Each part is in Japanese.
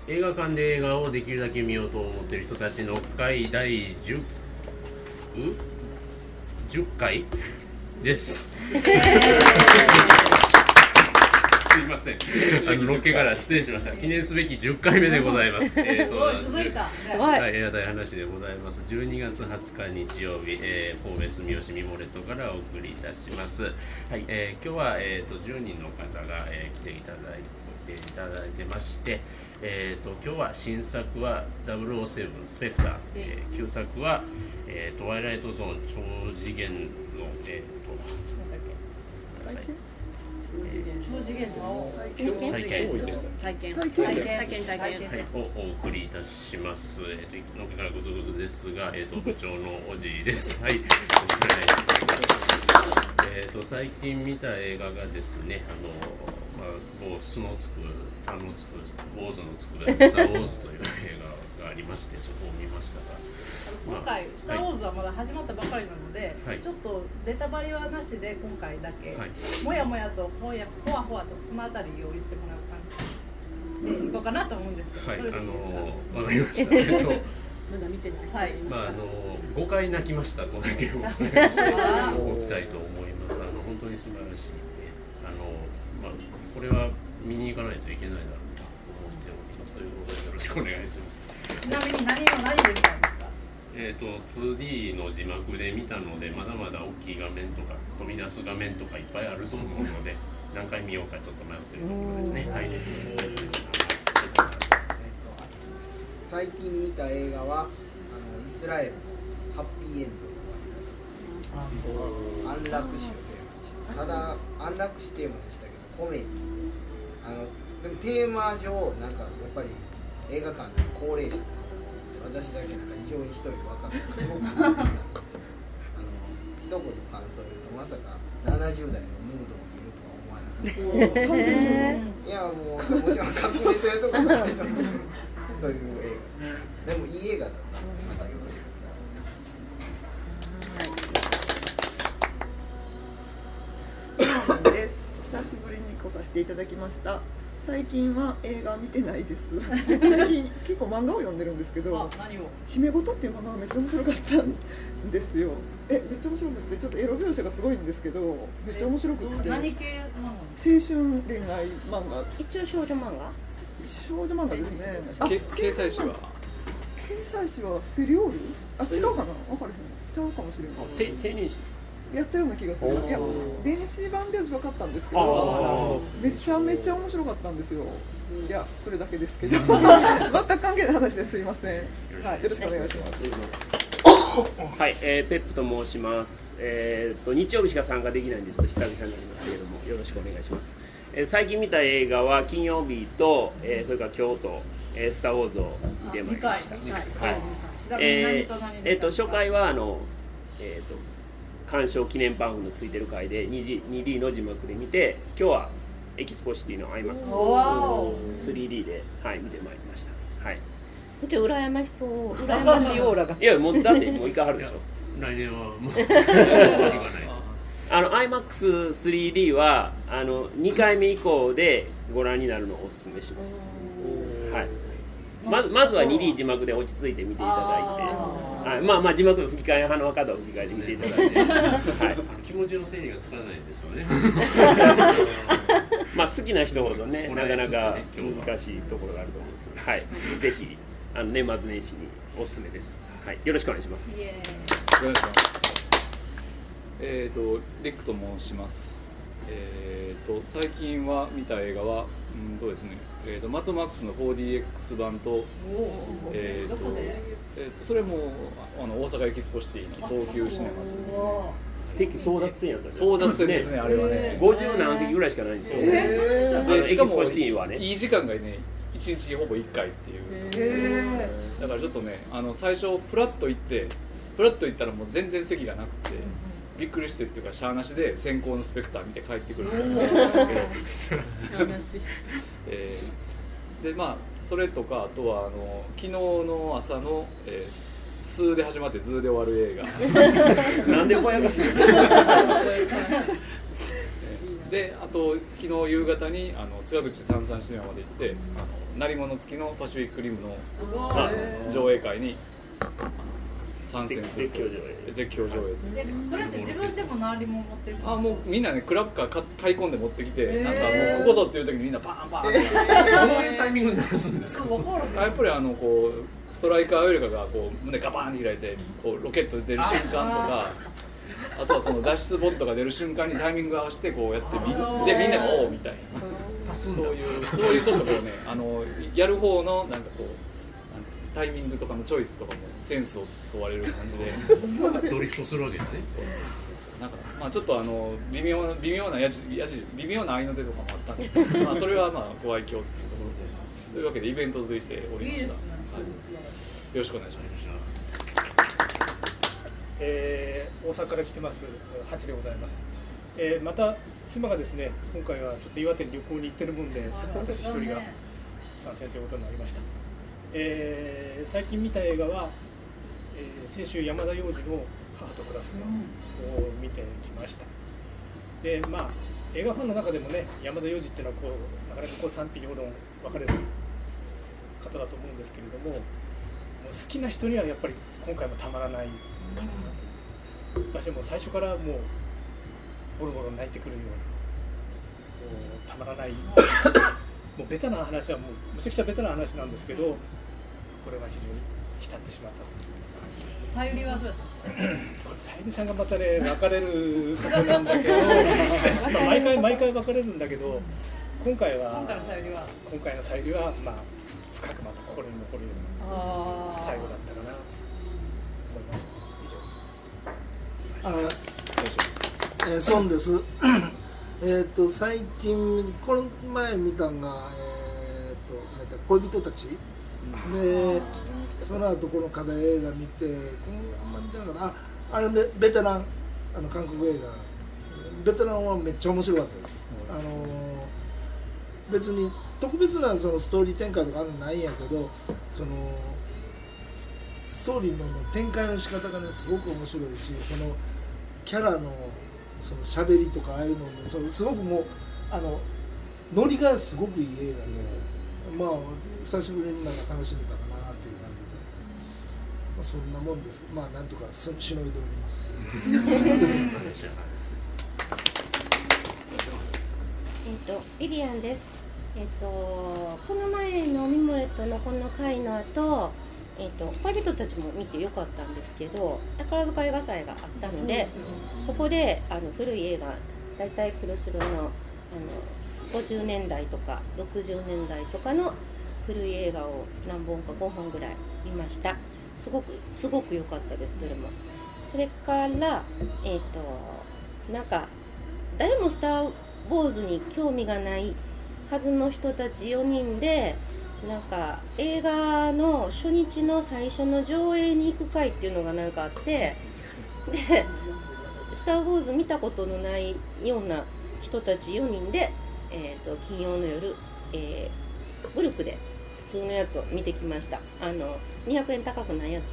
映画館で映画をできるだけ見ようと思っている人たちの会第10回ですすいません、ロケから失礼しました。記念すべき10回目でございます。 続いた。すごい。 はい、えらたい話でございます。12月20日日曜日、神戸住吉ミモレットからお送りいたします。はい、今日は10人の方が、来ていただいてまして、今日は新作は007スペクター、旧作は、トワイライトゾーン超次元の超次元の体験をお送りいたします。のけからごぞごぞですが、部長のおじいです。はい、よろしくお願いします。最近見た映画がですね、スのつく、タのつく、坊主のつく、スター・ウォーズという映画がありまして、そこを見ましたが、 今回、スター・ウォーズはまだ始まったばかりなので、ちょっとネタバレはなしで今回だけ、もやもやとほわほわとそのあたりを言ってもらう感じでいこうかなと思うんですけど、それでいいですか？ わかりました。 まだ見てないです。 はい。 5回泣きましたとだけお伝えしておきたいと思います。本当に素晴らしいね。これは見に行かないといけないだろうと思っておりますということでよろしくお願いします。 ちなみに何で見たんですか ？2D の字幕で見たので、まだまだ大きい画面とか飛び出す画面とかいっぱいあると思うので、何回見ようかちょっと迷っているところですね。はい。 最近見た映画はイスラエルハッピーエンド、安楽死をテーマにした。ただ安楽死テーマにしたけどコメディでもテーマ上なんかやっぱり映画館で高齢者の方が多くて、私だけなんか異常に一人若くてすごく見てたんですけど一言感想を言うと、まさか70代のムードを見るとは思わなかったいやもうもちろんかすめてるとこもありますけどという映画でもいい映画だったので、またよろしかったらです。久しぶりに来させていただきました。最近は映画見てないです。最近結構漫画を読んでるんですけど、姫ごとっていう漫画がめっちゃ面白かったんですよ。めっちゃ面白くて、ちょっとエロ描写がすごいんですけど、めっちゃ面白くて。 何系なの？ 青春恋愛漫画。 一応少女漫画？ 少女漫画ですね。 掲載誌はスペリオール？違うかな？分からへん。ちゃうかもしれない。 青年誌ですか？ やったような気がする。いや、電子版では分かったんですけど、めちゃめちゃ面白かったんですよ。いや、それだけですけど全く関係ない話ですいません。はい、よろしくお願いします。 はい、ペップと申します。日曜日しか参加できないんでちょっと久々になりますけれども、よろしくお願いします。最近見た映画は金曜日と、それから今日と、スター・ウォーズを見てまいりました。初回は鑑賞記念番組のついてる回で 2D の字幕で見て、今日はエキスポシティの IMAX3D で、見てまいりました。はい。 めっちゃ羨ましそう、羨ましいオーラが。 いや、もうだってもう行かはるでしょ。 来年はもう IMAX3D は2回目以降でご覧になるのをおすすめします。はい。まずは 2D 字幕で落ち着いて見ていただいて、字幕の吹き替え派の方を吹き替えて見ていただいて、 気持ちの整理がつかないんですよね。 好きな人ほどね、なかなか難しいところがあると思うんですけど、はい、ぜひ年末年始におすすめです。はい、よろしくお願いします。 お願いします。レックと申します。最近は見た映画は、そうですね、マッドマックスの 4DX 版と、それも大阪エキスポシティの東急シネマズですね。 席争奪戦やったね。 争奪戦ですね、あれはね。 50何席ぐらいしかないんですよ。 しかもいい時間がね、1日ほぼ1回っていう。だからちょっとね、最初フラッと行ったらもう全然席がなくて。びっくりしてっていうか、しゃーなしで先行のスペクター見て帰ってくるみたいな感じなんですけどでそれとか、あとは昨日の朝の、スーで始まってズーで終わる映画なんでぼやかすのであと昨日夕方に塚口三三シネマまで行って鳴り物付きのパシフィックリムの上映会に参戦する絶叫上映。 それって自分でも鳴り物持ってる？ もうみんなねクラッカー買い込んで持ってきて、なんかもうここぞっていう時にみんなパーンパーンって。 どういうタイミングで鳴らすんですか？ やっぱりこうストライカーウェルカがこう胸ガバーンって開いてこうロケット出る瞬間とか。あとはその脱出ボットが出る瞬間にタイミング合わせてこうやってでみんながおおみたいなそういうちょっとこうねやる方のなんかこうなんですかタイミングとかのチョイスとかもセンスを問われる感じでドリフトするわけですね。 そうなんかまあちょっと微妙な微妙な合いの手とかもあったんですけど、まあそれはまあご愛嬌っていうところでというわけでイベント続いておりました。よろしくお願いします。 大阪から来てます8でございます。また妻がですね今回はちょっと岩手に旅行に行ってるもんで私一人が参戦ということになりました。最近見た映画は、先週山田洋次の母と暮らすを見てきました。でまあ映画ファンの中でもね山田洋次っていうのはこうなかなかこう賛否両論分かれる方だと思うんですけれども、もう好きな人にはやっぱり今回もたまらないかなと。私も最初からもうボロボロ泣いてくるようなもうたまらないもうベタな話はもうむちゃくちゃベタな話なんですけど、これは非常に浸ってしまったと。 さゆりはどうやったんですか？ これさゆりさんがまたね別れるところなんだけど毎回別れるんだけど、今回のさゆりはまあ深くまた心に残るような最後だったかなと思いました。 そうです。最近この前見たのが恋人たちで、その後この課題映画見て、あんまり見たかな。あれでベテラン韓国映画ベテランはめっちゃ面白かったです。別に特別なそのストーリー展開とかないんやけど、そのストーリーの展開の仕方がねすごく面白いし、そのキャラのその喋りとかああいうのもすごくもうノリがすごくいい映画で、まあ久しぶりになんか楽しめたかなっていう感じで、まあ、そんなもんです。まあなんとかしのいでおります。 リリアンです。この前のミモレットのこの回の後、恋人たちも見てよかったんですけど、宝塚映画祭があったので、そこで古い映画、だいたいクルスルの50年代とか60年代とかの古い映画を何本か5本ぐらい見ました。すごく良かったです、どれも。それからなんか誰もスター・ウォーズに興味がないはずの人たち4人でなんか映画の初日の最初の上映に行く会っていうのがなんかあって、でスター・ウォーズ見たことのないような人たち4人で、金曜の夜、ブルクで普通のやつを見てきました。200円高くないやつ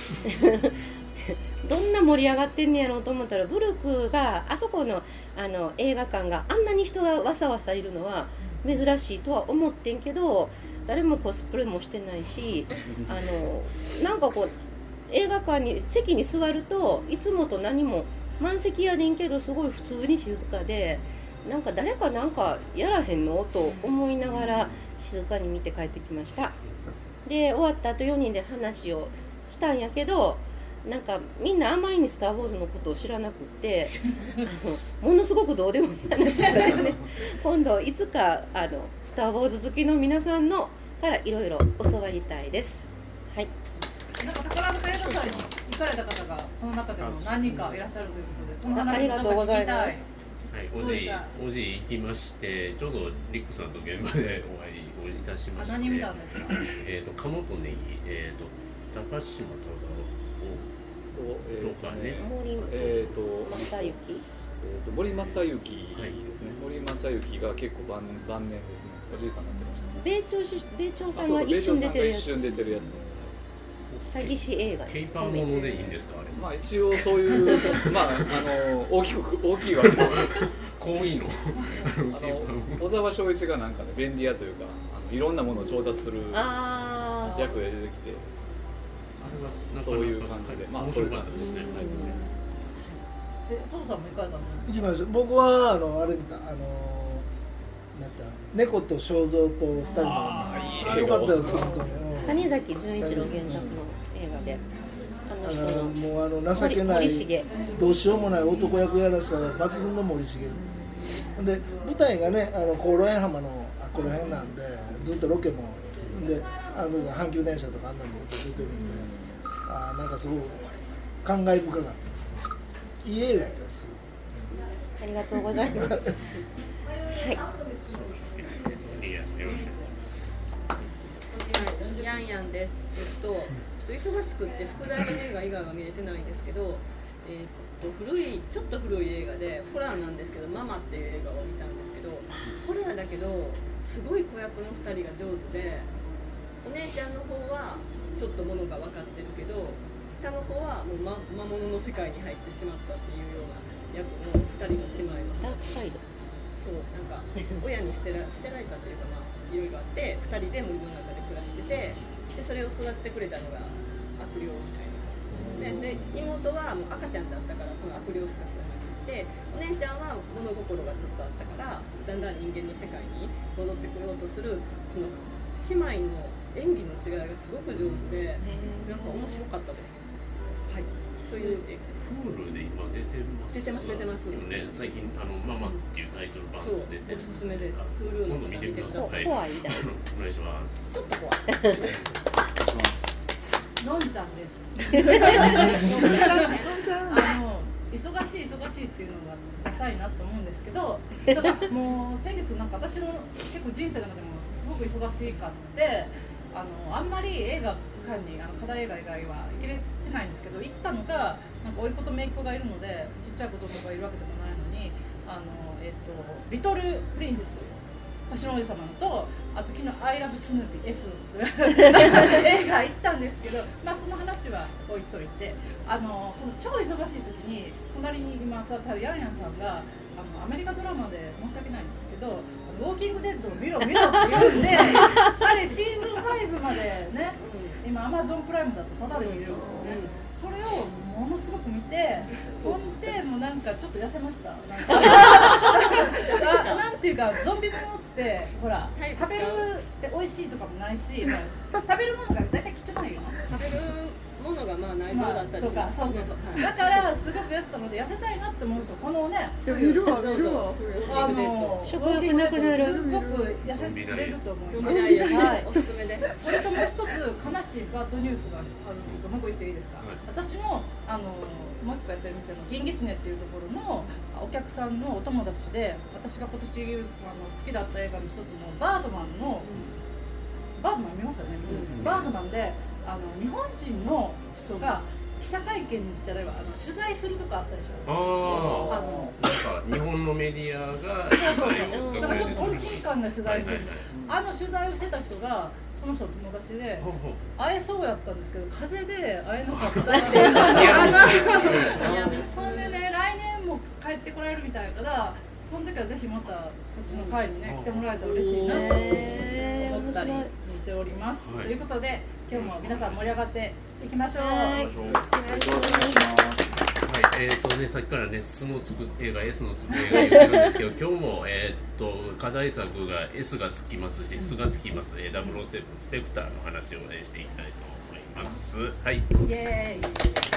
どんな盛り上がってんねやろうと思ったら、ブルクがあそこの映画館があんなに人がわさわさいるのは珍しいとは思ってんけど、誰もコスプレもしてないし、なんかこう映画館に席に座るといつもと何も満席やねんけどすごい普通に静かで、なんか誰かなんかやらへんのと思いながら静かに見て帰ってきました。で終わった後4人で話をしたんやけど、なんかみんなあまりにスター・ウォーズのことを知らなくってものすごくどうでもいい話がね今度いつかスター・ウォーズ好きの皆さんのからいろいろ教わりたいです。はい。 なんか宝塚映画祭に行かれた方がこの中でも何人かいらっしゃるということで、その話ありがとうございます。 はい、おじ行きまして、ちょうどリックさんと現場でお会いいたしまして、 何見たんですか？ 鴨とネギ、高島忠夫とかね、 森正幸ですね。森正幸が結構晩年ですね。おじいさんになってましたね。 米朝さんが一瞬出てるやつ。 一瞬出てるやつです。 詐欺師映画です。 ケイパーものでいいんですかあれ？ まあ一応そういうまあ大きいわけ小好意の小沢昭一がなんかね便利屋というかいろんなものを調達する役で出てきてそういう感じでまあそういう感じですね。 ソウさんも行かれたの？ 行きました。僕はあれ見たなんて猫と肖像と二人のよかったです本当に。 谷崎潤一郎原作の映画で。 もう情けないどうしようもない男役やらせたら抜群の森重で舞台がね航路園浜のこの辺なんでずっとロケもで阪急電車とかあんなのずっと出てるんでなんかすごく感慨深かったですね。いい映画やったです。 ありがとうございます。はい。 ヤンヤンです。忙しくって宿題の映画以外は見れてないんですけど、ちょっと古い映画でホラーなんですけどママっていう映画を見たんですけど、ホラーだけどすごい子役の2人が上手で、お姉ちゃんの方はちょっとものが分かってるけど下の方はもう魔物の世界に入ってしまったっていうような役の2人の姉妹のダークサイド。 そうなんか親に捨てられたというかいろいろあって2人で森の中で暮らしてて。でそれを育ってくれたのが悪霊みたいな感じで、妹はもう赤ちゃんだったからその悪霊しか知らなくて、お姉ちゃんは物心がちょっとあったからだんだん人間の世界に戻ってこようとするこの姉妹の演技の違いがすごく上手でなんか面白かったです。はい、という映画です。 プールで今出てます。 出てます。 でもね、最近ママっていうタイトル版が出てる。 おすすめです。プールの今度見てください。 怖いだ。 お願いします。 ちょっと怖い。 のんちゃんです。忙しいっていうのがダサいなと思うんですけど、だからもう先月なんか私の結構人生の中でもすごく忙しかってあんまり映画館に課題映画以外は行けれてないんですけど、行ったのがなんか甥っ子と姪っ子がいるのでちっちゃい子供がいるわけでもないのにリトルプリンス星の王子様とあと昨日アイラブスヌーピー S のつく映画行ったんですけど、まあその話は置いといてその超忙しい時に隣に今座ってあるヤンヤンさんがアメリカドラマで申し訳ないんですけどウォーキングデッドを見ろって言うんであれシーズン5までね今アマゾンプライムだとタダで見れるんですよね。それをものすごく見てほんでもうなんかちょっと痩せました。なんていうかゾンビものってほら食べるって美味しいとかもないし、まあ、食べるものが大体汚いよ。食べるものがまあ内臓だったりとか、 そうだからすごく痩せたので痩せたいなって思う人このね見るわ食欲なくなるすごく痩せてくれると思います。 はい、おすすめです。 それともう一つ悲しいバッドニュースがあるんですけど、もう一個言っていいですか。私ももう一個やってる店の銀狐っていうところのお客さんのお友達で、私が今年好きだった映画の一つのバードマン見ましたよね。バードマンで日本人の人が記者会見じゃないわ取材するとかあったでしょ。 なんか日本のメディアが取材をだからちょっと恩人感な取材する、取材をしてた人がその人の友達で会えそうやったんですけど風邪で会えなかったっていうそんでね来年も帰ってこられるみたいだからその時はぜひまたそっちの会にね来てもらえたら嬉しいなと思ったりしております、ということで今日も皆さん盛り上がっていきましょう。 さっきからね、S のつく映画言ってるんですけど、今日も課題作が S がつきますし、S がつきます、007スペクターの話をしていきたいと思います。はい。 イエーイ。